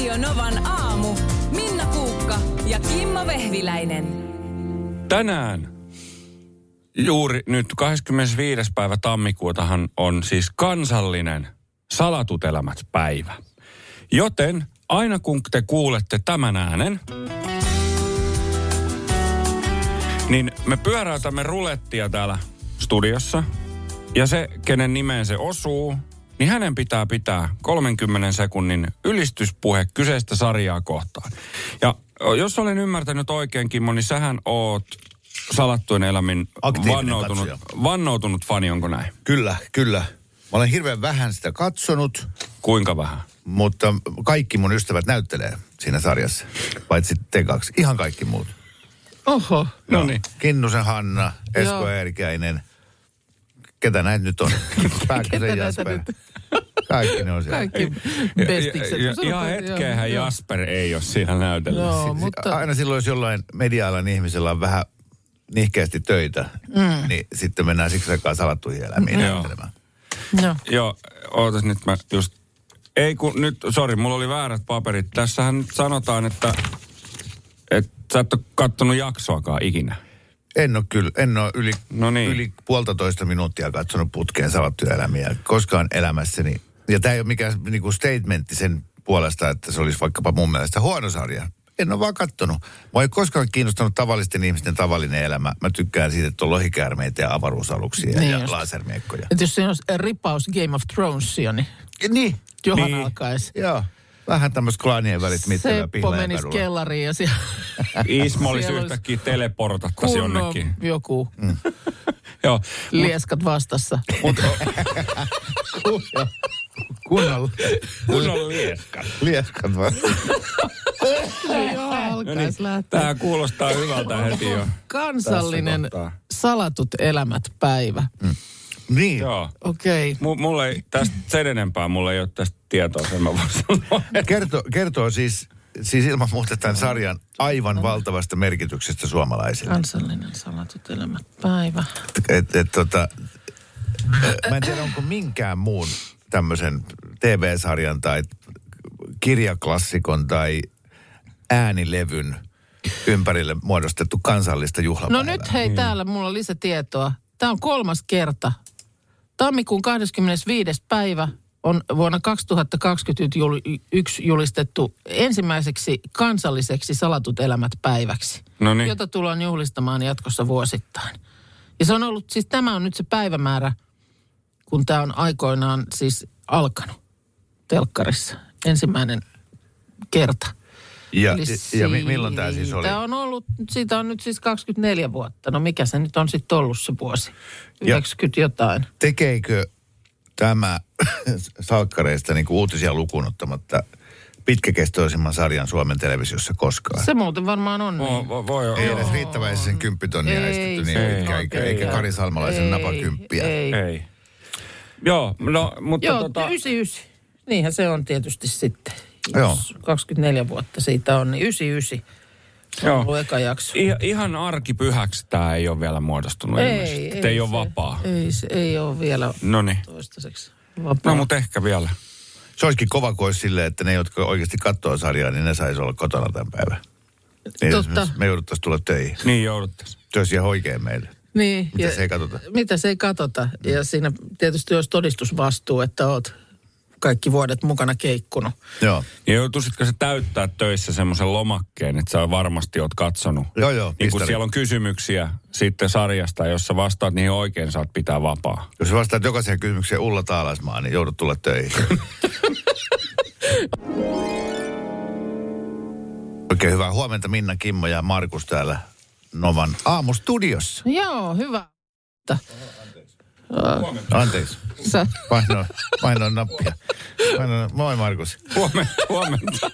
Radio Novan aamu. Minna Kuukka ja Kimmo Vehviläinen. Tänään, juuri nyt 25. päivä tammikuutahan on siis kansallinen Salatut elämät -päivä. Joten aina kun te kuulette tämän äänen, niin me pyöräytämme rulettia täällä studiossa. Ja se, kenen nimeen se osuu, niin hänen pitää pitää 30 sekunnin ylistyspuhe kyseistä sarjaa kohtaan. Ja jos olen ymmärtänyt oikein, Kimmo, niin sähän oot Salattujen elämin vannoutunut fani, onko näin? Kyllä. Mä olen hirveän vähän sitä katsonut. Kuinka vähän? Mutta kaikki mun ystävät näyttelee siinä sarjassa, paitsi te kaksi. Ihan kaikki muut. Oho. No niin. Kinnusen Hanna, Esko Eerikäinen. Ketä näitä nyt on? Pääkkösen Jasper. Kaikki ne on siellä. Kaikki bestikset. Ihan hetkeähän Jasper ei ole siinä näytellä. Joo, mutta... Aina silloin, jos jollain media-alan ihmisellä on vähän nihkeästi töitä, niin sitten mennään siksi aikaa Salattuihin elämiin näyttelemään. No. Joo, ootas nyt mä just... Ei kun nyt, sori, mulla oli väärät paperit. Tässähän nyt sanotaan, että sä et ole kattonut jaksoakaan ikinä. En ole yli 1,5 minuuttia katsonut putkeen Salattuja elämiä koskaan elämässäni. Ja tämä ei ole mikään niinku statementti sen puolesta, että se olisi vaikkapa mun mielestä huono sarja. En ole vaan kattonut. Mua ei koskaan kiinnostanut tavallisten ihmisten tavallinen elämä. Mä tykkään siitä, että on lohikäärmeitä ja avaruusaluksia ja lasermiekkoja. Että jos siinä on ripaus Game of Thronesia, niin... Niin. Johan alkaisi. Joo. Vähän tämmöistä klaanien välit mittävää Seppo menisi kellariin ja siellä... Ismo olisi yhtäkkiä teleportattaisi jonnekin. Joku. Joo. Lieskat vastassa. Kunnolla lieskat. Lieskat vastassa. Johan alkaisi lähteä. Tämä kuulostaa hyvältä heti jo. Kansallinen Salatut elämät -päivä. Niin. Joo. Okei. Mulle ei tästä sen enempää, mulle ei ole tästä tietoa, sen mä voin sanoa. Kertoo siis ilman muuta tämän sarjan aivan valtavasta merkityksestä suomalaisille. Kansallinen Salatut elämät -päivä. Mä en tiedä, onko minkään muun tämmöisen TV-sarjan tai kirjaklassikon tai äänilevyn ympärille muodostettu kansallista juhlapäivää. No nyt hei, täällä mulla on lisätietoa. Tämä on 3. kerta. Tammikuun 25. päivä on vuonna 2021 julistettu ensimmäiseksi kansalliseksi Salatut elämät -päiväksi, jota tullaan juhlistamaan jatkossa vuosittain. Ja se on ollut, siis tämä on nyt se päivämäärä, kun tämä on aikoinaan siis alkanut telkkarissa. Ensimmäinen kerta. Ja milloin tämä siis oli? Tämä on ollut, siitä on nyt siis 24 vuotta. No mikä se nyt on sitten ollut se vuosi? 90 jotain. Tekeekö tämä salkkareista niin kuin uutisia lukuun ottamatta pitkäkestoisimman sarjan Suomen televisiossa koskaan? Se muuten varmaan on. Ei edes riittäväisen 10 tonnia estetty niin pitkään, eikä Kari Salmalaisen napakymppiä. Ei. Joo, no mutta Joo, 99. Niinhän se on tietysti sitten. Joo. 24 vuotta siitä on, niin 99. Se on ollut eka jakso. Ihan arkipyhäksi tämä ei ole vielä muodostunut ilmeisesti. Ei ole vapaa. Ei ole vielä toistaiseksi vapaa. No, mutta ehkä vielä. Se olisikin kova, kun olisi silleen, että ne, jotka oikeasti katsoo sarjaa, niin ne saisi olla kotona tämän päivän. Niin totta. Me jouduttaisiin tulla töihin. Niin jouduttaisiin. Se olisi ihan oikein meille. Niin. Mitä se ei katsota? Mitä se ei katsota. Ja siinä tietysti olisi todistusvastuu, että oot kaikki vuodet mukana keikkunut. Joo. Ja joutuisitko se täyttää töissä semmoisen lomakkeen, että sä varmasti oot katsonut. Joo. Niin kun siellä on kysymyksiä sitten sarjasta, jos sä vastaat niihin oikein, saat pitää vapaa. Jos vastaat jokaiseen kysymykseen Ulla Taalasmaa, niin joudut tulla töihin. Oikein hyvää huomenta Minna, Kimmo ja Markus täällä Novan aamustudiossa. Joo, hyvä. Anteeksi. Painoin nappia. Moi Markus. Huomenta.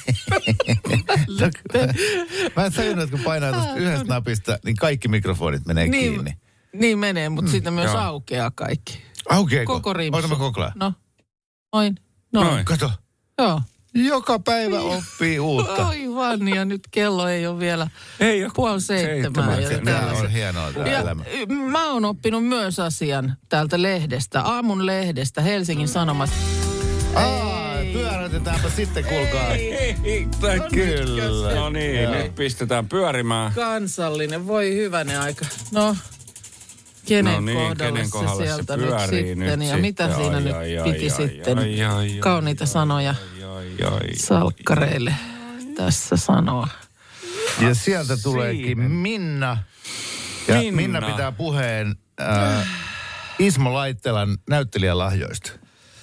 Mä en tajunnut, että kun painaa tuosta yhdestä napista, niin kaikki mikrofonit menee kiinni. Niin menee, mutta siitä myös aukeaa kaikki. Aukeako? Koko rimpsu. Oota mä koklaa. No. Noin. Kato. Joo. Joka päivä oppii uutta. Aivan, ja nyt kello ei ole vielä 6:30. Tämä on hienoa tämä elämä. Mä oon oppinut myös asian täältä lehdestä, aamun lehdestä, Helsingin Sanomat. pyöräytetäänpä sitten, kuulkaa. Kyllä. No niin, nyt pistetään pyörimään. Kansallinen, voi hyvänen aika. No, kenen kohdalle se sieltä nyt sitten? Ja mitä siinä nyt piti sitten? Kauniita sanoja salkkareille tässä sanoa. Ja sieltä tuleekin Minna. Ja Minna pitää puheen Ismo Laittelan näyttelijälahjoista.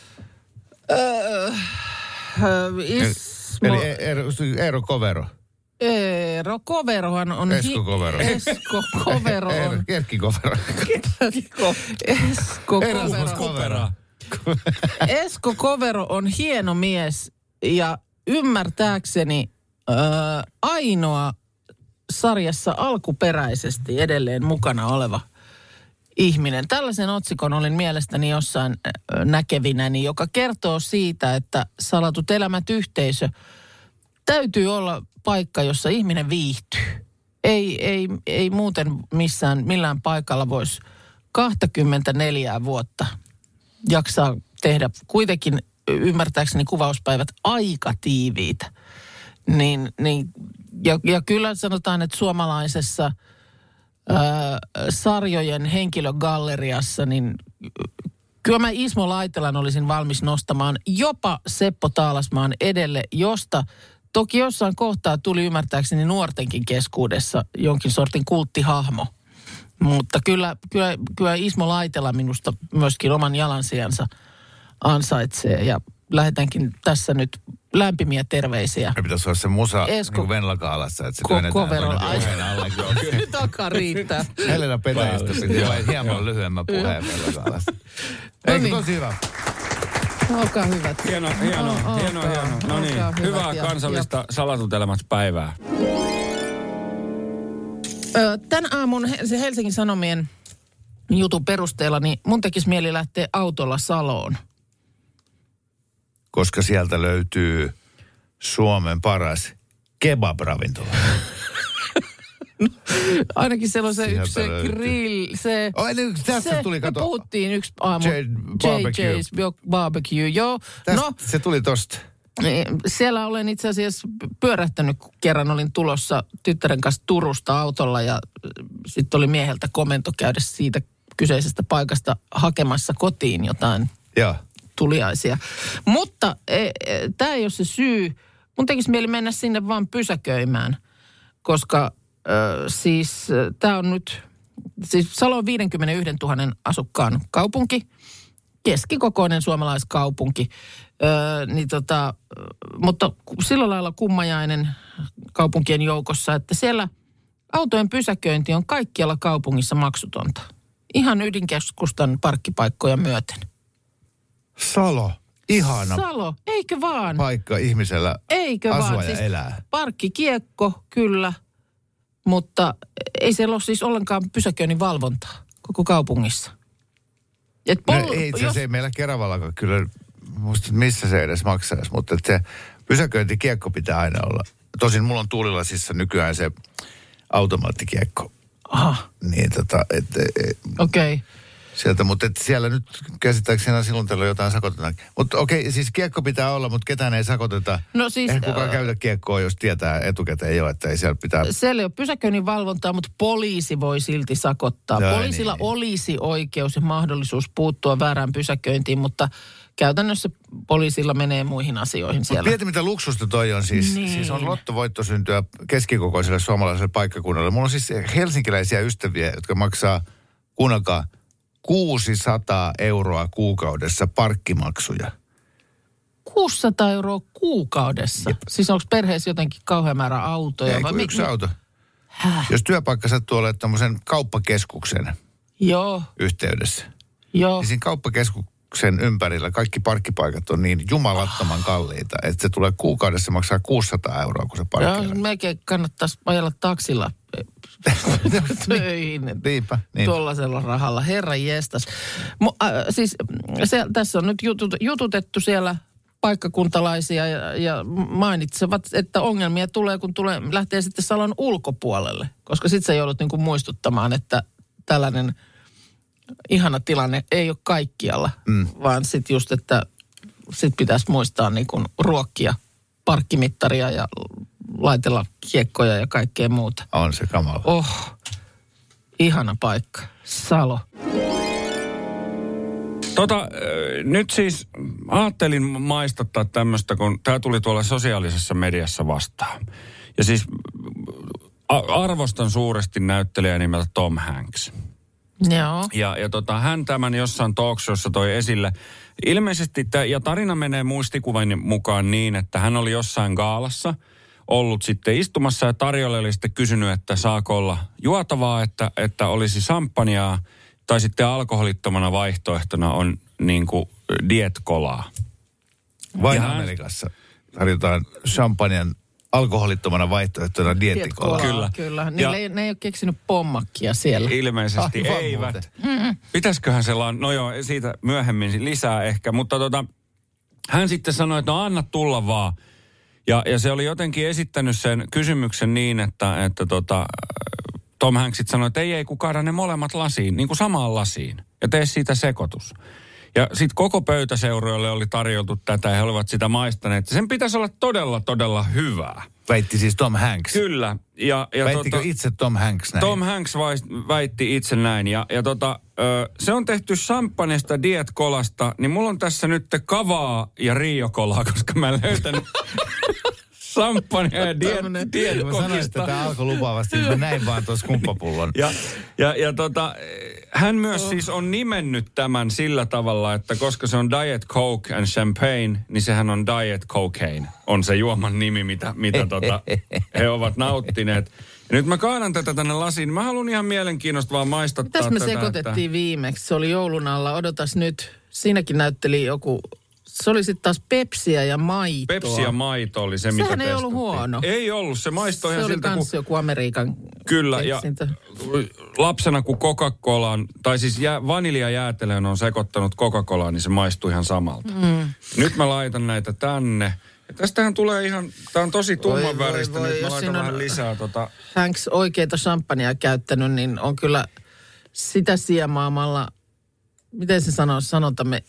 Eli Eero Kovero. Eero Koverohan on... Esko Kovero. Esko Kovero on... Erkki Kovero. Esko Kovero. Esko Kovero on hieno mies ja ymmärtääkseni ainoa sarjassa alkuperäisesti edelleen mukana oleva ihminen. Tällaisen otsikon olin mielestäni jossain näkevinäni, joka kertoo siitä, että Salatut elämät -yhteisö täytyy olla paikka, jossa ihminen viihtyy. Ei muuten millään paikalla voisi 24 vuotta jaksaa tehdä kuitenkin ymmärtääkseni kuvauspäivät aika tiiviitä. Ja kyllä sanotaan, että suomalaisessa sarjojen henkilögalleriassa, niin kyllä mä Ismo Laitelan olisin valmis nostamaan jopa Seppo Taalasmaan edelle, josta toki jossain kohtaa tuli ymmärtääkseni nuortenkin keskuudessa jonkin sortin kulttihahmo. Mutta kyllä Ismo Laitela minusta myöskin oman jalansijansa ansaitsee ja lähetänkin tässä nyt lämpimiä terveisiä. Me pitäisi olla se musa niin kuin Venla-Kaalassa, että se työnnetään puheen alle. Nyt alkaa riittää. Helena Petäjistä piti vain hieman lyhyemmän puheen Venla-Kaalassa. Eikö tosi hyvä? Olkaa hyvät. Hieno. No niin, hyvää kansallista Salatut elämät -päivää. Tän aamun Helsingin Sanomien jutun perusteella, niin mun tekisi mieli lähteä autolla Saloon. Koska sieltä löytyy Suomen paras kebab-ravintola. Ainakin siellä on se yksi se grill, se... Tästä tuli, kato. Me puhuttiin yksi aamu. JJ's Barbecue, joo. Se tuli tosta. Siellä olen itse asiassa pyörähtänyt, kun kerran olin tulossa tyttären kanssa Turusta autolla ja sitten oli mieheltä komento käydä siitä kyseisestä paikasta hakemassa kotiin jotain tuliaisia. Mutta tämä ei ole se syy. Mun tekisi mieli mennä sinne vaan pysäköimään, koska siis tämä on nyt, siis Salo on 51 000 asukkaan kaupunki, keskikokoinen suomalaiskaupunki. Mutta sillä lailla kummajainen kaupunkien joukossa, että siellä autojen pysäköinti on kaikkialla kaupungissa maksutonta. Ihan ydinkeskustan parkkipaikkoja myöten. Salo, ihana. Salo, eikö vaan? Paikka ihmisellä asua ja siis elää. Parkkikiekko, kyllä, mutta ei siellä ole siis ollenkaan pysäköinnin valvontaa koko kaupungissa. Se ei meillä Keravallakaan kyllä, musta missä se edes maksaisi, mutta se pysäköintikiekko pitää aina olla. Tosin mulla on Tuulilasissa nykyään se automaattikiekko. Aha. Niin Okei. Sieltä, mutta siellä nyt käsittääkseni silloin teillä jotain sakotetaan. Mutta siis kiekko pitää olla, mutta ketään ei sakoteta. No siis... Eihän kukaan käytä kiekkoa, jos tietää etukäteen jo, että ei siellä pitää... Siellä ei ole pysäköinnin valvontaa, mutta poliisi voi silti sakottaa. Poliisilla olisi oikeus ja mahdollisuus puuttua väärään pysäköintiin, mutta käytännössä poliisilla menee muihin asioihin siellä. Mutta mieti, mitä luksusta toi on siis. Niin. Siis on lottovoitto syntyä keskikokoiselle suomalaiselle paikkakunnalle. Mulla on siis helsinkiläisiä ystäviä, jotka maksaa, kuunnelkaa, 600 € kuukaudessa parkkimaksuja. 600 € kuukaudessa? Jep. Siis onko perheessä jotenkin kauhean määrä autoja? Ei, vai yksi auto. Jos työpaikka sattuu olemaan tämmöisen kauppakeskuksen yhteydessä. Joo. Niin siinä kauppakeskuksen ympärillä kaikki parkkipaikat on niin jumalattoman kalliita, että se tulee kuukaudessa maksaa 600 €, kun se parkkeilla. Joo, melkein kannattaisi ajella taksilla töihin. Niinpä. Tuollaisella rahalla. Herra jestas. Tässä on nyt jututettu siellä paikkakuntalaisia ja mainitsevat, että ongelmia tulee, kun lähtee sitten Salon ulkopuolelle. Koska sitten sä joudut niin kuin muistuttamaan, että tällainen ihana tilanne ei ole kaikkialla, vaan sitten just, että sit pitäisi muistaa niin kuin ruokkia, parkkimittaria ja laitella kiekkoja ja kaikkea muuta. On se kamala. Ihana paikka. Salo. Nyt siis ajattelin maistattaa tämmöistä, kun tämä tuli tuolla sosiaalisessa mediassa vastaan. Ja siis arvostan suuresti näyttelijä nimeltä Tom Hanks. Joo. Ja hän tämän jossain talkshowssa toi esille. Ilmeisesti, ja tarina menee muistikuvan mukaan niin, että hän oli jossain gaalassa ollut sitten istumassa ja tarjolle oli sitten kysynyt, että saako olla juotavaa, että olisi samppaniaa tai sitten alkoholittomana vaihtoehtona on niin kuin diet-kolaa. Vain Amerikassa tarjotaan champagnen alkoholittomana vaihtoehtona diettikolaa. Kyllä. Ne ei ole keksinyt pommakkia siellä. Ilmeisesti eivät. Pitäisiköhän sellainen, no joo, siitä myöhemmin lisää ehkä, mutta hän sitten sanoi, että no anna tulla vaan. Ja se oli jotenkin esittänyt sen kysymyksen niin, että Tom Hanks sitten sanoi, että ei kun kaada ne molemmat lasiin, niin kuin samaan lasiin. Ja tee siitä sekoitus. Ja sitten koko pöytäseuroille oli tarjoltu tätä ja he olivat sitä maistaneet. Sen pitäisi olla todella, todella hyvää. Väitti siis Tom Hanks? Kyllä. Väittikö itse Tom Hanks näin? Tom Hanks väitti itse näin. Se on tehty champagnesta, diet-kolasta, niin mulla on tässä nyt kavaa ja Rio-kolaa, koska mä löytän champagnea ja diet-kokista. Mä sanoin, että tämä alkoi lupaavasti, mä näin vaan tuossa kumppapullon. Hän myös siis on nimennyt tämän sillä tavalla, että koska se on Diet Coke and Champagne, niin sehän on Diet Cocaine. On se juoman nimi, mitä he ovat nauttineet. Ja nyt mä kaadan tätä tänne lasiin. Mä haluan ihan mielenkiinnosta vaan maistattaa tätä. Mitäs me sekoitettiin viimeksi? Se oli joulun alla. Odotas nyt. Siinäkin näytteli joku... Se oli sitten taas Pepsiä ja maitoa. Pepsi ja maito oli se, mitä sehän ei ollut huono. Ei ollut, se maistoi ihan siltä. Se oli kans joku Amerikan kyllä, keksintä. Ja lapsena kun Coca-Colaan, tai siis vaniljajäätelön on sekoittanut Coca-Colaan, niin se maistui ihan samalta. Nyt mä laitan näitä tänne. Ja tästähän tulee ihan, tää on tosi tumman väristä, nyt mä laitan vähän lisää Hanks oikeita champagnea käyttänyt, niin on kyllä sitä siemaamalla, miten se sanotaan,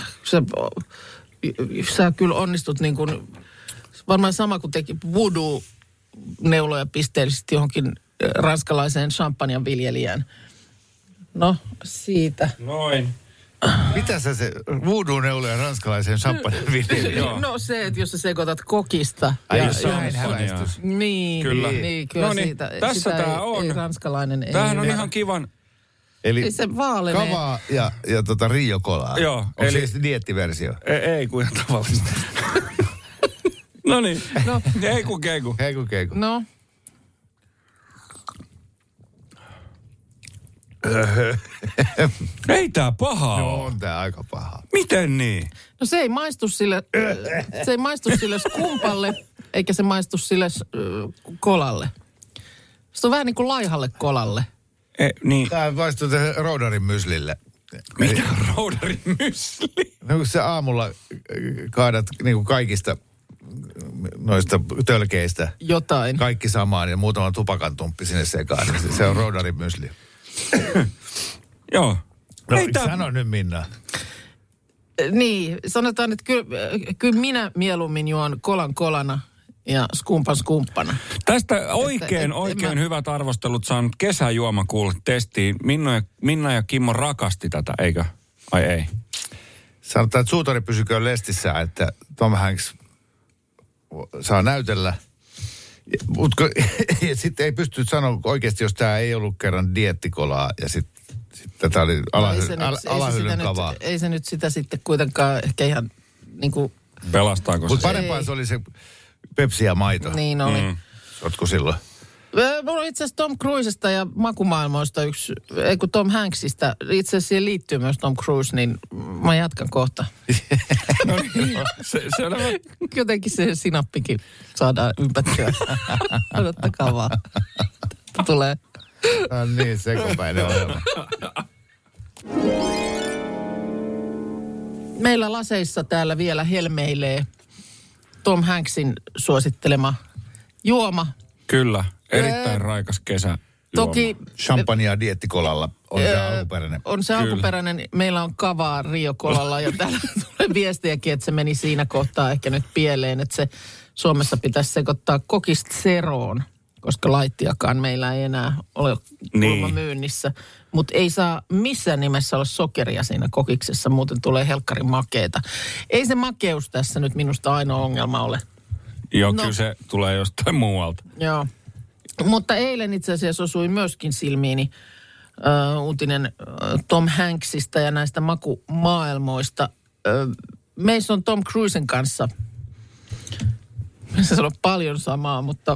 sä kyllä onnistut niin kuin, varmaan sama kuin teki voodoo-neuloja pisteellisesti johonkin ranskalaiseen champagnen viljelijään. No, siitä. Noin. Mitä se voodoo-neuloja ranskalaiseen champagnen viljelijään? No se, että jos sä sekoitat kokista. Näin häväistys. Niin, kyllä Noniin, siitä. Tässä tää on. Ei ranskalainen. Tämähän on ihan kivan. Eli se vaalenee. Kavaa ja Rio-kolaa. Joo. Onko se siis diettiversio? Ei kun ihan tavallista. Noniin. No. Keiku. No. Ei tää pahaa. No on tää aika paha. Miten niin? No se ei maistu sille skumpalle, eikä se maistu sille kolalle. Se on vähän niin kuin laihalle kolalle. Niin. Tää maistuu Roudarin myslille. Mitä Roudarin mysli? No kun sä aamulla kaadat niin kuin kaikista noista tölkeistä. Jotain. Kaikki samaan ja muutaman tupakantumppi sinne sekaan. Se on Roudarin mysli. Joo. No sano nyt Minna. Niin, sanotaan, että kyllä minä mieluummin juon kolan kolana ja skumpan skumppana. Tästä oikein hyvät arvostelut saanut kesäjuoma kuulla testiin. Minna ja Kimmo rakasti tätä, eikö? Ai ei? Sanotaan, että suutari pysyköön lestissä, että Tom Hanks saa näytellä. Mutta sitten ei pysty sanoa oikeasti, jos tämä ei ollut kerran diettikolaa ja sitten tämä oli alahyllyn kavaa. Ei se nyt sitä sitten kuitenkaan ehkä ihan niin kuin... Pelastaako se? Mutta parempaa se oli se Pepsi ja maito. Niin oli. Ootko silloin? Mulla on itse asiassa Tom Cruisesta ja makumaailmoista kun Tom Hanksista, itse asiassa siihen liittyy myös Tom Cruise, niin mä jatkan kohta. No niin, se on aivan... Jotenkin se sinappikin saadaan ympättyä. Odottakaa vaan. Tulee. No niin, sekopäinen ohjelma. Meillä laseissa täällä vielä helmeilee Tom Hanksin suosittelema juoma. Kyllä, erittäin raikas kesä. Toki champagnea diettikolalla on se alkuperäinen. On se alkuperäinen. Meillä on kavaa Rio-kolalla ja täällä tulee viestiäkin, että se meni siinä kohtaa ehkä nyt pieleen, että se Suomessa pitäisi sekoittaa kokista seroon, koska laittiakaan meillä ei enää ole myynnissä. Mutta ei saa missään nimessä olla sokeria siinä kokiksessa, muuten tulee helkkarin makeeta. Ei se makeus tässä nyt minusta ainoa ongelma ole. Joo, kyllä se tulee jostain muualta. Joo. Mutta eilen itse asiassa osui myöskin silmiini uutinen Tom Hanksista ja näistä makumaailmoista. Meissä on Tom Cruisen kanssa. Se on paljon samaa, mutta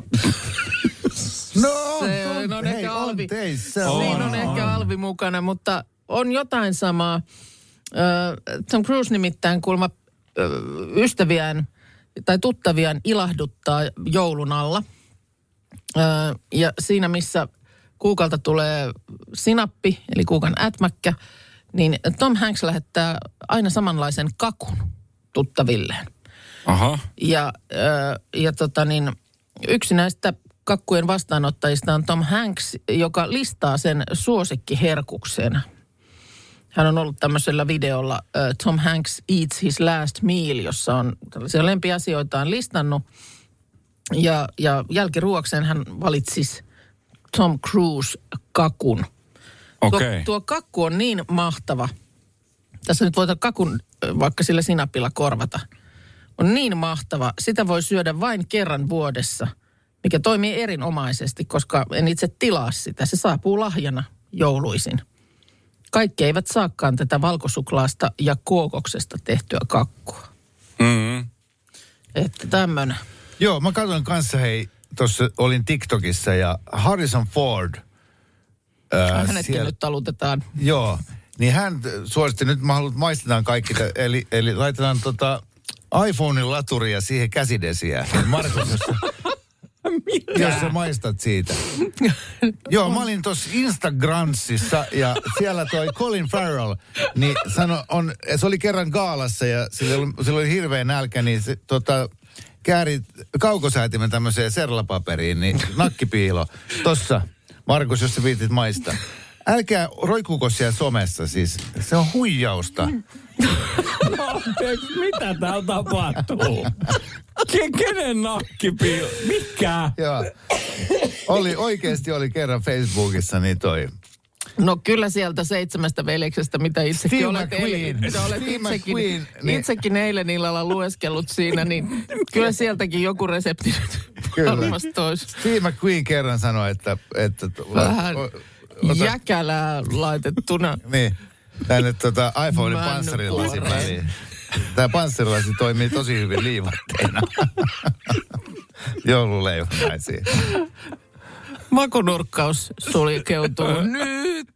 siinä on ehkä alvi mukana, mutta on jotain samaa. Tom Cruise nimittäin kuulemma ystäviään tai tuttaviaan ilahduttaa joulun alla. Ja siinä, missä kuukalta tulee sinappi, eli kuukan ätmäkkä, niin Tom Hanks lähettää aina samanlaisen kakun tuttavilleen. Aha. Ja yksi näistä kakkujen vastaanottajista on Tom Hanks, joka listaa sen suosikkiherkuksena. Hän on ollut tämmöisellä videolla Tom Hanks Eats His Last Meal, jossa on tällaisia lempiasioitaan listannut. Ja jälkiruokseen hän valitsisi Tom Cruise-kakun. Okay. Tuo kakku on niin mahtava. Tässä nyt voidaan kakun vaikka sillä sinapilla korvata. On niin mahtava. Sitä voi syödä vain kerran vuodessa, mikä toimii erinomaisesti, koska en itse tilaa sitä. Se saapuu lahjana jouluisin. Kaikki eivät saakaan tätä valkosuklaasta ja kookoksesta tehtyä kakkua. Mm-hmm. Että tämmönen. Joo, mä katsoin kanssa, tuossa olin TikTokissa ja Harrison Ford. Hänetkin nyt talutetaan. Joo, niin hän suositti, nyt maistetaan kaikki, eli laitetaan iPhonein laturia siihen käsidesiä. Markus, jos sä maistat siitä. Joo, mä olin tuossa Instagramsissa ja siellä toi Colin Farrell, niin se oli kerran gaalassa ja sillä oli hirveä nälkä, niin se kääri kaukosäätimen tämmöiseen serlapaperiin, niin nakkipiilo. Tossa, Markus, jos sä viitit maista. Älkää roikkuuko siellä somessa siis. Se on huijausta. Mitä täällä tapahtuu? Kenen nakkipiilo? Mikä? Joo. Oikeesti oli kerran Facebookissa, niin toi. No kyllä sieltä 7 veljeksestä, mitä itsekin olet itsekin eilen illalla lueskellut siinä, niin kyllä sieltäkin joku resepti varmasti toisi. Steve McQueen kerran sanoi, että vähän jäkälää laitettuna. Niin, tänne iPhonein panssarilasi väliin. Tämä panssarilasi toimii tosi hyvin liivatteena. Joululeivonnaisiin. Makunurkkaus sulkeutuu nyt.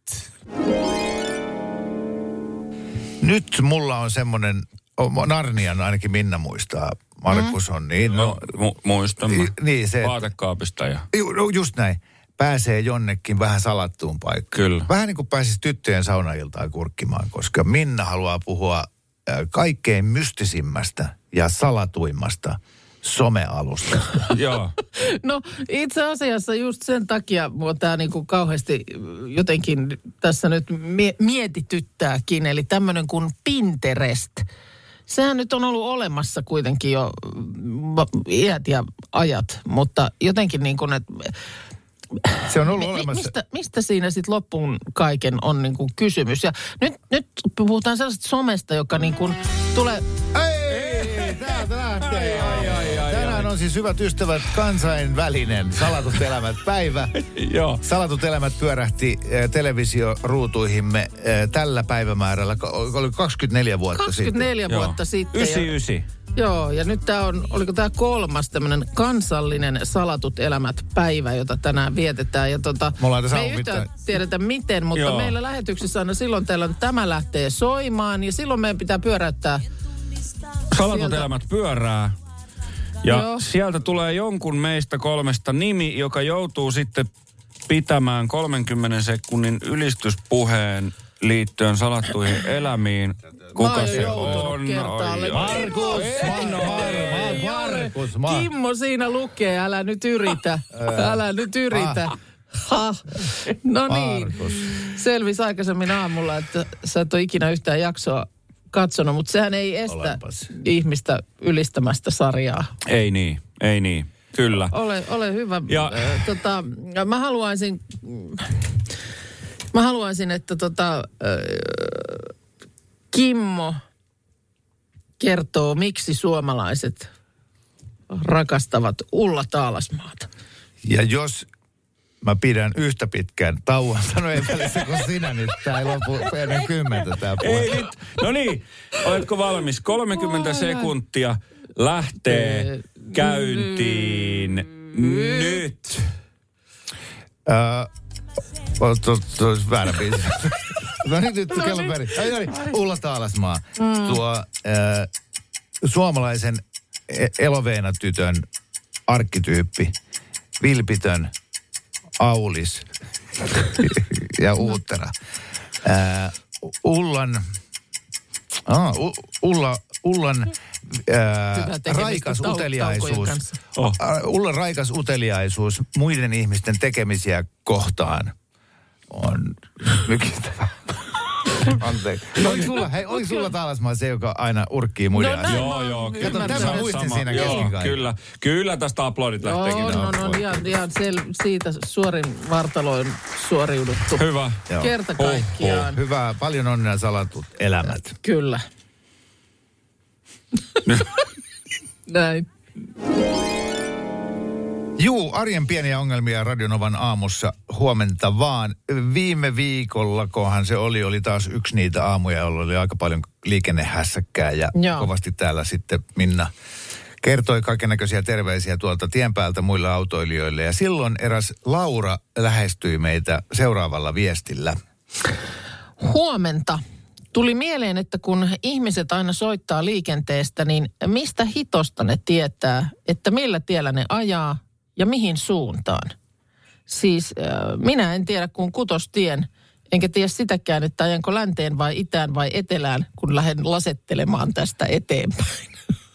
Nyt mulla on semmoinen, Narnian ainakin Minna muistaa. Markus on niin. Muistan. Niin se. Vaatekaapista ja. Just näin. Pääsee jonnekin vähän salattuun paikkaan. Kyllä. Vähän niin kuin pääsisi tyttöjen saunailtaan kurkkimaan, koska Minna haluaa puhua kaikkein mystisimmästä ja salatuimmasta somealustasta. Joo. No itse asiassa just sen takia mua tämä niinku kauheasti jotenkin tässä nyt mietityttääkin. Eli tämmöinen kuin Pinterest. Sehän nyt on ollut olemassa kuitenkin jo iät ja ajat, mutta jotenkin niin kuin, että se on ollut olemassa. Mistä siinä sitten loppuun kaiken on niin kuin kysymys? Ja nyt puhutaan sellaisesta somesta, joka niin kuin tulee. Ei, täältä lähtee. Tänään on siis, hyvät ystävät, kansainvälinen Salatut elämät päivä. Joo. Salatut elämät pyörähti televisioruutuihimme tällä päivämäärällä. Oli 24 vuotta 24 sitten. vuotta sitten. 99. Joo, ja nyt tämä on, oliko tämä 3. tämmöinen kansallinen Salatut elämät päivä, jota tänään vietetään. Ja me ei yhtään tiedetä miten, mutta joo, meillä lähetyksessä aina silloin teillä tämä lähtee soimaan ja silloin meidän pitää pyöräyttää. Salatut elämät pyörää. Ja joo, sieltä tulee jonkun meistä 3 nimi, joka joutuu sitten pitämään 30 sekunnin ylistyspuheen liittyen salattuihin elämiin. Kuka se on? Markus. Kimmo siinä lukee, älä nyt yritä. No niin, selvisi aikaisemmin aamulla, että sä et ole ikinä yhtään jaksoa katsonut, mutta sehän ei estä ihmistä ylistämästä sarjaa. Ei niin, kyllä. Ole hyvä. Ja mä haluaisin, että Kimmo kertoo, miksi suomalaiset rakastavat Ulla Taalasmaata. Ja jos mä pidän yhtä pitkään tauon sanojen välissä kuin sinä, niin tää ei lopu ennen 10 tää puhe. Ei nyt. No niin, oletko valmis? 30 sekuntia lähtee käyntiin nyt. Olisi väärä biisi. No nyt kello perin. Ulla Taalasmaa. Tuo suomalaisen eloveenatytön arkkityyppi. Vilpitön, aulis ja uuttera. Ullan raikas uteliaisuus. Ullan raikas uteliaisuus muiden ihmisten tekemisiä kohtaan on mykittävä. Anteeksi. Oliko sulla Taalasmaa se, joka aina urkkii muiden asioita? Joo. Kato, tämä muistin siinä kesken kaiken. Kyllä tästä aplodit lähteekin. Ihan siitä suorin vartaloin suoriuduttu. Hyvä. Kerta kaikkiaan. Hyvä, paljon onnea salatut elämät. Kyllä. Näin. Juu, arjen pieniä ongelmia Radionovan aamussa huomenta vaan. Viime viikollakohan se oli taas yksi niitä aamuja, jolla oli aika paljon liikennehässäkkää ja kovasti täällä sitten Minna kertoi kaikennäköisiä terveisiä tuolta tien päältä muille autoilijoille. Ja silloin eräs Laura lähestyi meitä seuraavalla viestillä. Huomenta. Tuli mieleen, että kun ihmiset aina soittaa liikenteestä, niin mistä hitosta ne tietää, että millä tiellä ne ajaa ja mihin suuntaan? Siis minä en tiedä kun Kutostien, enkä tiedä sitäkään, että ajanko länteen vai itään vai etelään, kun lähden lasettelemaan tästä eteenpäin.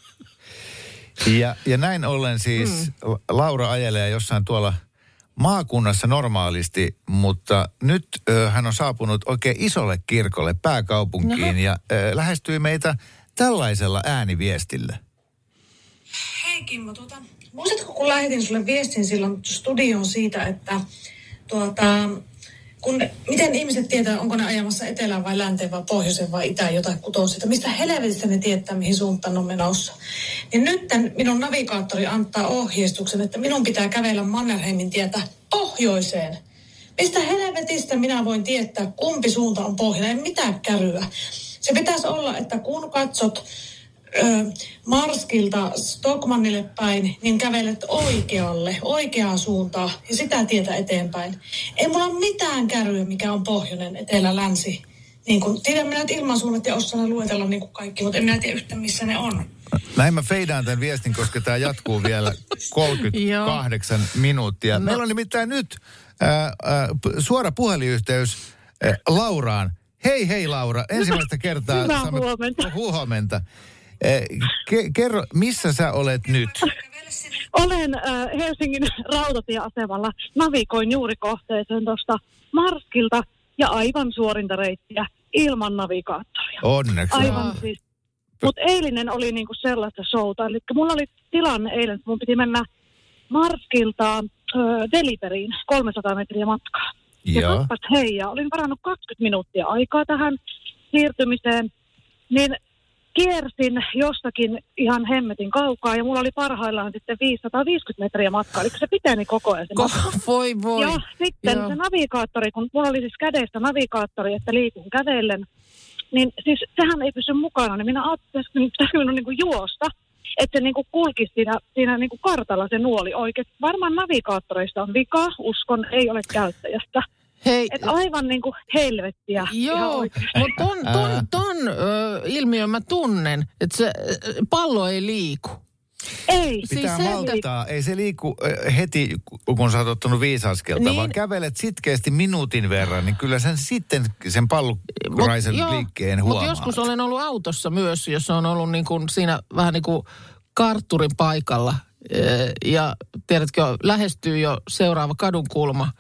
Ja näin ollen siis Laura ajelee jossain tuolla maakunnassa normaalisti, mutta nyt hän on saapunut oikein isolle kirkolle pääkaupunkiin ja lähestyi meitä tällaisella ääniviestillä. Hei Kimmo, muistatko kun lähetin sulle viestin silloin studioon siitä, että miten ihmiset tietää, onko ne ajamassa etelään vai länteen vai pohjoiseen vai itään jotain Kutosta, mistä helvetistä ne tietää, mihin suuntaan on menossa. Niin nyt minun navigaattori antaa ohjeistuksen, että minun pitää kävellä Mannerheimin tietä pohjoiseen. Mistä helvetistä minä voin tietää, kumpi suunta on pohjoinen, ei mitään käryä. Se pitäisi olla, että kun katsot Marskilta Stockmannille päin, niin kävelet oikeaan suuntaan ja sitä tietä eteenpäin. Ei mulla ole mitään käryä, mikä on pohjoinen, etelä, länsi. Niin kun, tiedän minä, että ilmansuunnat ja osaan luetella niin kuin kaikki, mutta en minä tiedä yhtä, missä ne on. Näin mä feidaan tämän viestin, koska tämä jatkuu vielä 38 minuuttia. Meillä on nimittäin nyt suora puhelinyhteys Lauraan. Hei Laura, ensimmäistä kertaa. Hyvää huomenta. Huomenta. Kerro, missä sä olet nyt? Olen Helsingin rautatieasemalla. Navigoin juuri kohteeseen tuosta Marskilta ja aivan suorinta reittiä ilman navigaattoria. Onneksi. Aivan siis. Mutta eilinen oli niinku sellaista showta. Eli mulla oli tilanne eilen, että mun piti mennä Marskilta Deliberiin 300 metriä matkaa. Ja kappas heijaa. Olin varannut 20 minuuttia aikaa tähän siirtymiseen. Niin kiersin jostakin ihan hemmetin kaukaa ja mulla oli parhaillaan sitten 550 metriä matkaa. Eli se piteni koko ajan se matka. Voi. Ja sitten se navigaattori, kun mulla oli siis kädessä navigaattori, että liikun kävellen, niin siis sehän ei pysy mukana. Niin minä ajattelin, että pitäisi minun niin kuin juosta, että se niin kuin kulkisi siinä niin kuin kartalla se nuoli oikein. Varmaan navigaattoreista on vika, uskon, ei ole käyttäjästä. Hei, että aivan niin kuin helvettiä. Joo, mutta ton ilmiön mä tunnen, että se pallo ei liiku. Ei. Pitää malttaa. Ei se liiku heti, kun sä oot ottanut 5 askelta, niin, vaan kävelet sitkeästi minuutin verran, niin kyllä sen palluraisen liikkeen huomaat. Mutta joskus olen ollut autossa myös, jos on ollut niin kuin siinä vähän niin kuin kartturin paikalla. Ja tiedätkö, lähestyy jo seuraava kadunkulma.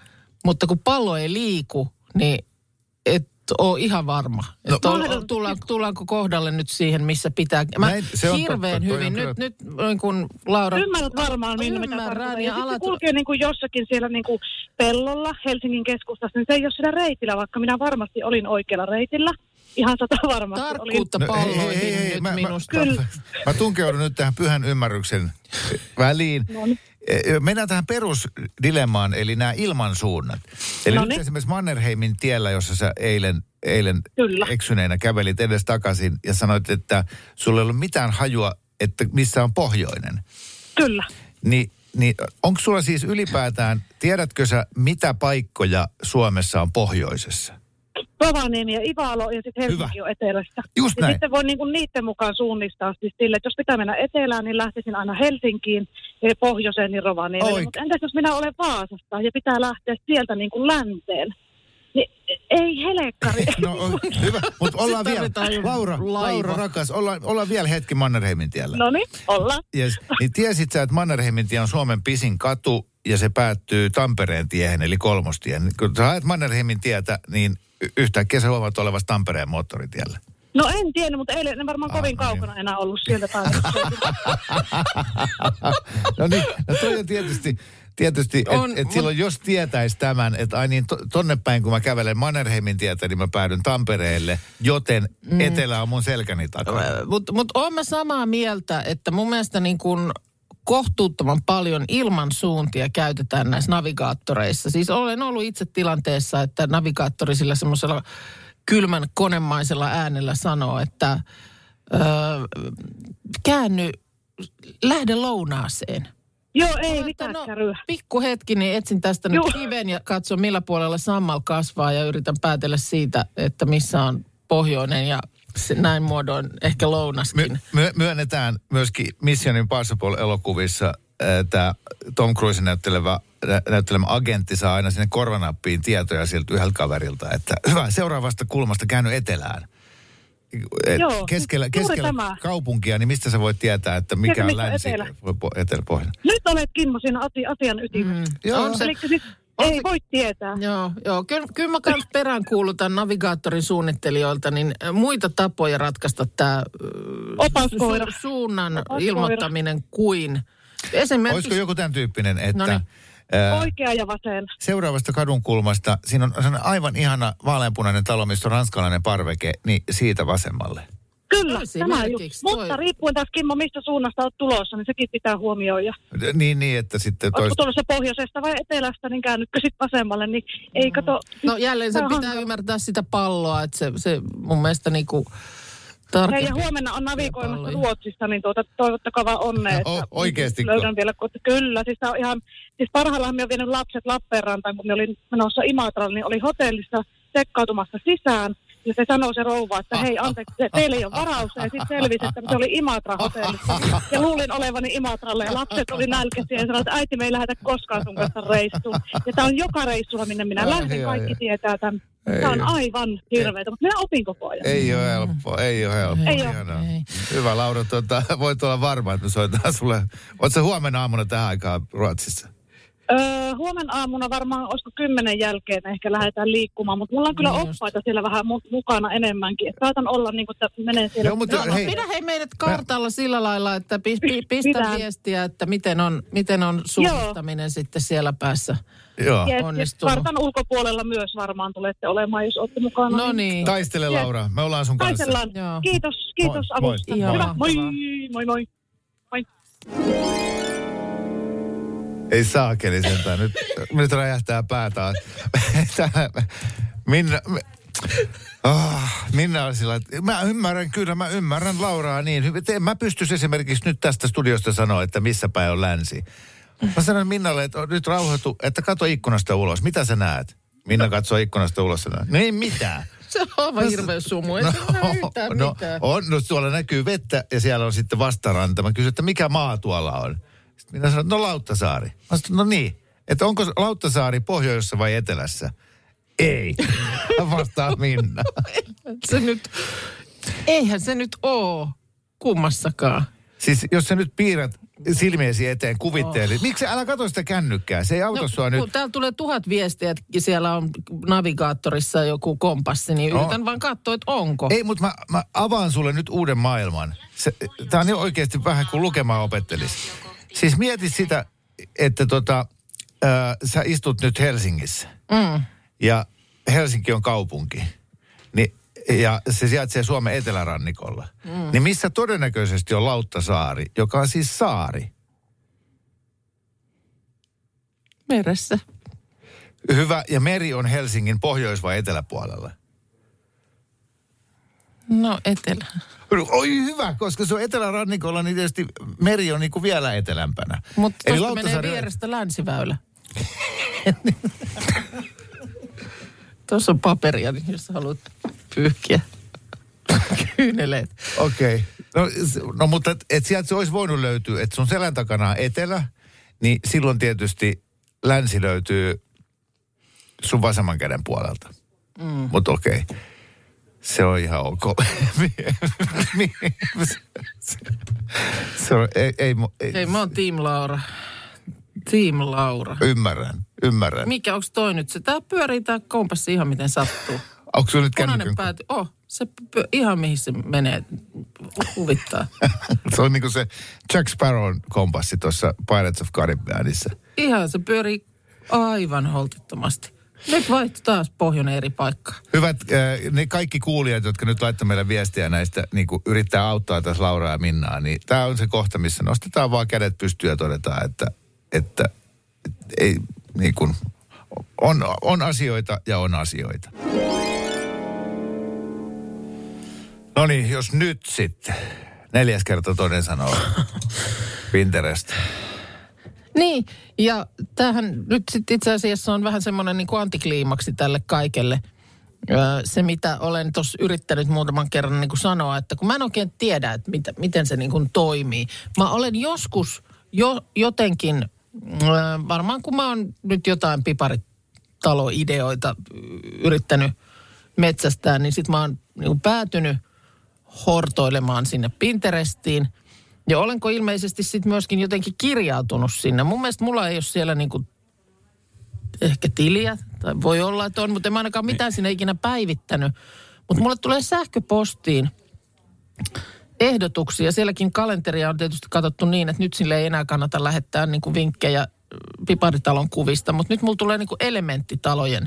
mutta kun pallo ei liiku, niin et ole ihan varma. No, tullaanko kohdalle nyt siihen, missä pitää. Mä hirveän hyvin. Nyt niin kuin Laura... Ymmärrät varmaan, mitä tarkoittaa. Ja sitten se kulkee niin kuin jossakin siellä niin kuin pellolla Helsingin keskustassa, niin se ei ole siellä reitillä, vaikka minä varmasti olin oikealla reitillä. Ihan 100 varmasti olin. Tarkkuutta palloihin nyt minusta. Mä tunkeudun nyt tähän pyhän ymmärryksen väliin. Noniin. Mennään tähän perusdilemmaan, eli nämä ilmansuunnat. Eli nyt esimerkiksi Mannerheimin tiellä, jossa sä eilen eksyneenä kävelit edes takaisin ja sanoit, että sulla ei ollut mitään hajua, että missä on pohjoinen. Kyllä. Niin onko sulla siis ylipäätään, tiedätkö sä mitä paikkoja Suomessa on pohjoisessa? Rovaniemi ja Ivalo ja sitten Helsinki on etelästä. Just näin. Ja sitten voi niinku niiden mukaan suunnistaa siis sille, että jos pitää mennä etelään, niin lähtisin aina Helsinkiin ja pohjoiseen niin Rovaniemelle. Mutta entäs jos minä olen Vaasasta ja pitää lähteä sieltä niinku länteen? Niin ei helekkari. No hyvä, mutta ollaan vielä, Laura rakas, ollaan vielä hetki Mannerheimin tiellä. No niin, ollaan. Yes. Niin tiesit sä, että Mannerheimin tie on Suomen pisin katu ja se päättyy Tampereen tiehen, eli Kolmostien. Kun sä haet Mannerheimin tietä, niin yhtäkkiä sä huomaat olevasi Tampereen moottoritiellä. No en tiedä, mutta eilen en varmaan kovin kaukana enää ollut sieltä päivästä. No niin, no toi on tietysti että silloin jos tietäisi tämän, että ai niin tonne päin kun mä kävelen Mannerheimin tietä, niin mä päädyn Tampereelle, joten etelä on mun selkäni takana. Mutta oon mä samaa mieltä, että mun mielestä niin kuin kohtuuttoman paljon ilmansuuntia käytetään näissä navigaattoreissa. Siis olen ollut itse tilanteessa, että navigaattori sillä semmoisella kylmän konemaisella äänellä sanoo, että lähde lounaaseen. Joo, ei mitään käryä. Pikku hetki, niin etsin tästä nyt kiven ja katson millä puolella sammal kasvaa ja yritän päätellä siitä, että missä on pohjoinen ja näin muodoin ehkä lounaskin. Myönnetään myöskin Mission Impossible-elokuvissa tämä Tom Cruisen näyttelemä agentti saa aina sinne korvanappiin tietoja sieltä yhdeltä kaverilta, että hyvä, seuraavasta kulmasta käänny etelään. Keskellä kaupunkia, niin mistä sä voit tietää, että mikä on länsi, etelä-pohjoinen? Nyt olet Kimmo siinä asian ytimessä. Ei voi tietää. Joo. Kyllä mä kans peräänkuulutan navigaattorin suunnittelijoilta niin muita tapoja ratkaista tämä suunnan ilmoittaminen kuin esimerkiksi... Olisiko joku tämän tyyppinen, että... Oikea ja vasen. Seuraavasta kadunkulmasta, siinä on aivan ihana vaaleanpunainen talo, missä on ranskalainen parveke, niin siitä vasemmalle. Kyllä, tämä just. Mutta riippuen taas Kimmo, mistä suunnasta olet tulossa, niin sekin pitää huomioida. Niin että sitten... Oletko tulossa pohjoisesta vai etelästä, niin käännytkö sitten vasemmalle, niin ei kato... No jälleen se pitää ymmärtää sitä palloa, että se mun mielestä niinku... Ja huomenna on navigoimassa Ruotsista, niin toivottakaa vaan onnea. Oikeasti. Löydän vielä, kyllä. Siis on ihan, parhaillaanhan me on vienyt lapset Lappeenrantaan, kun me olin menossa Imatralle, niin oli hotellissa tsekkautumassa sisään. Ja se sanoi se rouva, että hei, anteeksi, teillä ei ole varausta. Ja sitten selvisi, että se oli Imatra-hotellissa. Ja luulin olevani Imatralle. Ja lapset oli nälkäisiä ja sanoi, että äiti, me ei lähdetä koskaan sun kanssa reissuun. Ja tämä on joka reissulla, minne minä lähden. Kaikki tietää tämän. Tämä on aivan hirveätä, mutta minä opin koko ajan. Ei ole helppoa. Ei. Hyvä, Laura, voit olla varma, että me soitetaan sulle. Oletko huomenna aamuna tähän aikaan Ruotsissa? Huomenna aamuna varmaan, olisiko 10 jälkeen ehkä lähdetään liikkumaan, mutta mulla on kyllä oppaita siellä vähän mukana enemmänkin. Et saatan olla niin kuin, että menee siellä. Pidä meidät kartalla sillä lailla, että pistä viestiä, että miten on suunnittaminen sitten siellä päässä onnistunut. Kartan ulkopuolella myös varmaan tulette olemaan, jos olette mukana. No niin. Taistele Laura, me ollaan sun kanssa. Taistellaan. Kiitos avusta. Hyvä, moi. Ei saakeli sentään. Nyt räjähtää pää taas. Minna on sillä, että mä ymmärrän Lauraa niin hyvin. Mä pystyisin esimerkiksi nyt tästä studiosta sanoa, että missä päin on länsi. Mä sanon Minnalle, että nyt rauhoitu, että katso ikkunasta ulos. Mitä sä näet? Minna katsoo ikkunasta ulos. No ei mitään. Se on aivan hirveä sumu. Ei mitään. No tuolla näkyy vettä ja siellä on sitten vastaranta. Mä kysyn, että mikä maa tuolla on? Sitten minä sanon, no Lauttasaari. Mä sanon, no niin. Että onko Lauttasaari pohjoisessa vai etelässä? Ei. Vastaa Minna. Eihän se nyt oo kummassakaan. Siis jos sä nyt piirrät silmiesi eteen kuvitteeli. Miksi älä katso sitä kännykkää? Se ei auta sua nyt. Täällä tulee 1000 viestiä, että siellä on navigaattorissa joku kompassi, niin yritän vaan katsoa, että onko. Ei, mutta mä avaan sulle nyt uuden maailman. Tää on jo oikeasti vähän kuin lukemaan opettelisi. Siis mieti sitä, että sä istut nyt Helsingissä. Ja Helsinki on kaupunki. Ja se sijaitsee Suomen etelärannikolla. Niin missä todennäköisesti on Lauttasaari, joka on siis saari? Meressä. Hyvä. Ja meri on Helsingin pohjois- vai eteläpuolella? No etelä. Oi hyvä, koska se on etelärannikolla, niin tietysti meri on niin kuin vielä etelämpänä. Mutta tuosta menee vierestä länsiväylä. Tuossa on paperia, jos haluat pyyhkiä kyyneleet. Okei. No mutta sieltä se olisi voinut löytyä, että sun selän takana on etelä, niin silloin tietysti länsi löytyy sun vasemman käden puolelta. Mutta okei. Se on ihan ok. Se on, ei, mä oon Team Laura. Team Laura. Ymmärrän. Mikä, onko toi nyt se? Tää pyörii tää kompassi ihan miten sattuu. Onko se nyt kännykän? Se ihan mihin se menee. Huvittaa. Se on niinku se Jack Sparrown kompassi tuossa Pirates of Caribbeanissa. Ihan se pyörii aivan holtittomasti. Nyt vaihtui taas pohjoinen eri paikka. Hyvät ne kaikki kuulijat, jotka nyt laittaa meille viestiä näistä, niin kuin yrittää auttaa tässä Lauraa ja Minnaa, niin tämä on se kohta, missä nostetaan vaan kädet pystyyn ja todetaan, että ei niin kuin, on asioita ja on asioita. No niin, jos nyt sitten 4. kerta toden sanoo Pinterest. Niin, ja tämähän nyt sitten itse asiassa on vähän semmoinen niin kuin antikliimaksi tälle kaikelle. Se, mitä olen tuossa yrittänyt muutaman kerran niin kuin sanoa, että kun mä en oikein tiedä, että miten se niin kuin toimii. Mä olen joskus jotenkin, varmaan kun mä oon nyt jotain piparitaloideoita yrittänyt metsästää, niin sit mä oon niin kuin päätynyt hortoilemaan sinne Pinterestiin. Ja olenko ilmeisesti sitten myöskin jotenkin kirjautunut sinne. Mun mielestä mulla ei ole siellä niinku ehkä tiliä, tai voi olla, että on, mutta en mä ainakaan mitään sinne ikinä päivittänyt. Mutta mulle tulee sähköpostiin ehdotuksia. Sielläkin kalenteria on tietysti katsottu niin, että nyt sille ei enää kannata lähettää niinku vinkkejä piparitalon kuvista. Mutta nyt mulla tulee niinku elementtitalojen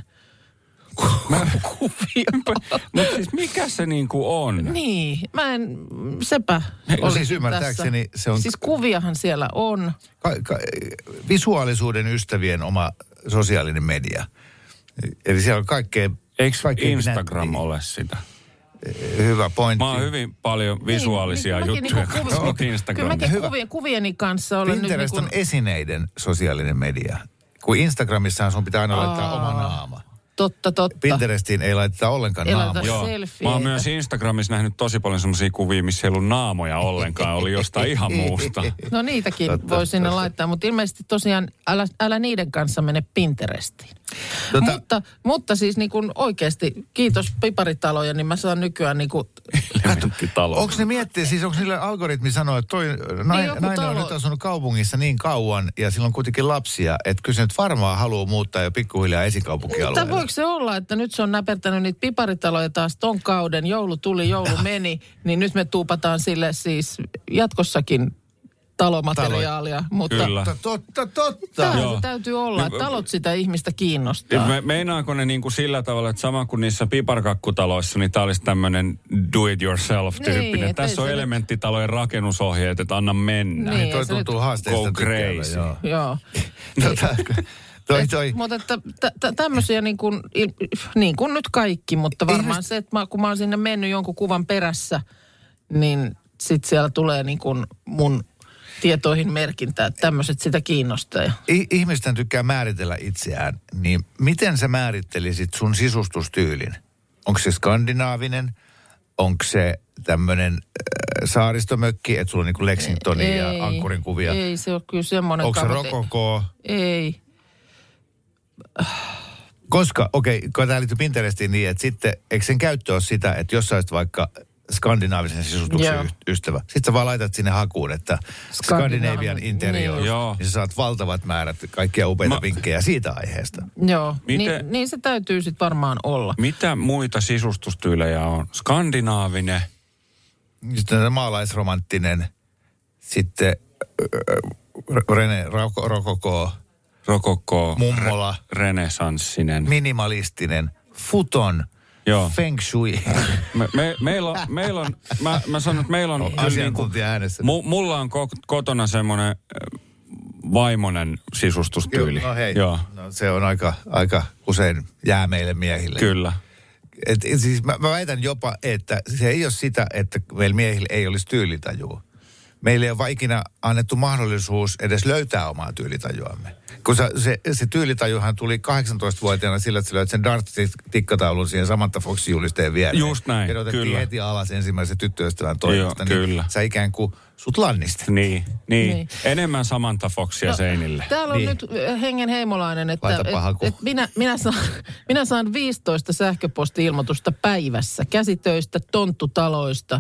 kuvia. Mutta siis mikä se niinku on? Niin, sepä oli siis ymmärtääkseni tässä. Se on... Siis kuviahan siellä on. Visuaalisuuden ystävien oma sosiaalinen media. Eli siellä on kaikkea... Eikö Instagram ole sitä? Hyvä pointti. Mä oon hyvin paljon visuaalisia juttuja katsonut Instagramissa. Kyllä mäkin kuvieni kanssa olen Pinterest nyt... on esineiden sosiaalinen media. Kun Instagramissaan sun pitää aina laittaa oma naama. Totta. Pinterestiin ei laiteta ollenkaan naamoja. Joo. Mä oon myös Instagramissa nähnyt tosi paljon semmoisia kuvia, missä ei ollut naamoja ollenkaan. Oli jostain ihan muusta. No niitäkin voi sinne laittaa, mutta ilmeisesti tosiaan älä niiden kanssa mene Pinterestiin. Mutta siis niin kuin oikeasti, kiitos piparitaloja, niin mä saan nykyään niin kuin... Onko ne miettiä, siis onko niille algoritmi sanoa, että toi nainen on nyt asunut kaupungissa niin kauan ja sillä on kuitenkin lapsia, että kyllä se nyt varmaan haluaa muuttaa jo pikkuhiljaa esikaupunkialueelle. Mutta voiko se olla, että nyt se on näpertänyt niitä piparitaloja taas ton kauden, joulu tuli, joulu meni, niin nyt me tuupataan sille siis jatkossakin talomateriaalia. Mutta kyllä. Totta. Se täytyy olla, että talot sitä ihmistä kiinnostaa. Meinaako ne niin kuin sillä tavalla, että sama kuin niissä piparkakkutaloissa, niin tämä olisi tämmöinen do-it-yourself-tyyppinen. Niin, tässä on elementtitalojen rakennusohjeet, että anna mennä. Niin, toi tuntuu haasteista. Go crazy. Joo. Mutta että tämmöisiä niin kuin nyt kaikki, mutta varmaan se, että kun mä oon sinne mennyt jonkun kuvan perässä, niin sitten siellä tulee niin kuin mun tietoihin merkintää, että tämmöiset sitä kiinnostaa. Ihmisten tykkää määritellä itseään, niin miten sä määrittelisit sun sisustustyylin? Onko se skandinaavinen? Onko se tämmöinen saaristomökki, että sulla on niin kuin Lexingtonin ja Ankkurin kuvia? Ei, se on kyllä semmoinen... Onko se rokoko? Ei. Koska, kun tämä liittyy Pinterestiin niin, että sitten, eikö sen käyttö ole sitä, että jos sä olisit vaikka skandinaavisen sisustuksen ystävä. Sitten sä vaan laitat sinne hakuun, että Scandinavian Interior, niin sä saat valtavat määrät kaikkia upeita vinkkejä siitä aiheesta. Joo, niin se täytyy sitten varmaan olla. Mitä muita sisustustyylejä on? Skandinaavinen. Sitten maalaisromanttinen, sitten rokoko, mummola, renesanssinen, minimalistinen, futon, feng shui. Meillä on, mä sanon, että meillä on asiantuntija äänessä. Mulla on kotona semmoinen vaimonen sisustustyyli. No hei, no, se on aika usein jää meille miehille. Kyllä. Siis mä väitän jopa, että se ei ole sitä, että meillä miehillä ei olisi tyylitajua. Meillä ei ole vaan ikinä annettu mahdollisuus edes löytää omaa tyylitajuamme. Kun se tyylitajuhan tuli 18-vuotiaana sillä, että sä löit sen Dart-tikkataulun siihen Samantha Foxin julisteen viereen. Just näin, ja otettiin heti alas ensimmäisen tyttöystävän toimesta. Niin kyllä. Sä ikään kuin sut lannistet. Niin. Enemmän Samantha Foxia seinille. Täällä on nyt hengen heimolainen, että minä saan 15 sähköposti-ilmoitusta päivässä käsitöistä, tonttutaloista,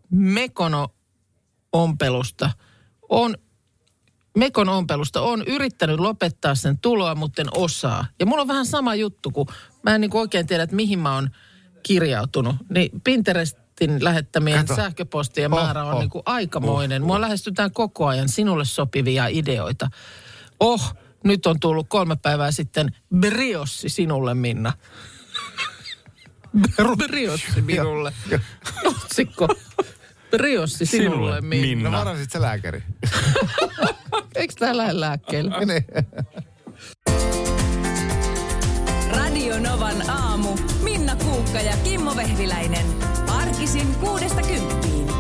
Mekon ompelusta. On yrittänyt lopettaa sen tuloa, mutta en osaa. Ja mulla on vähän sama juttu, kun mä en niin oikein tiedä, että mihin mä oon kirjautunut. Niin Pinterestin lähettämien sähköpostien määrä on niin kuin aikamoinen. Mua lähestytään koko ajan sinulle sopivia ideoita. Nyt on tullut 3 päivää sitten briossi sinulle, Minna. Briossi minulle. Otsikko. Briossi sinulle, Minna. No varasit sä lääkäri. Eikö tää lähde lääkkeelle? Radio Novan aamu. Minna Kuukka ja Kimmo Vehviläinen. Arkisin 6–10.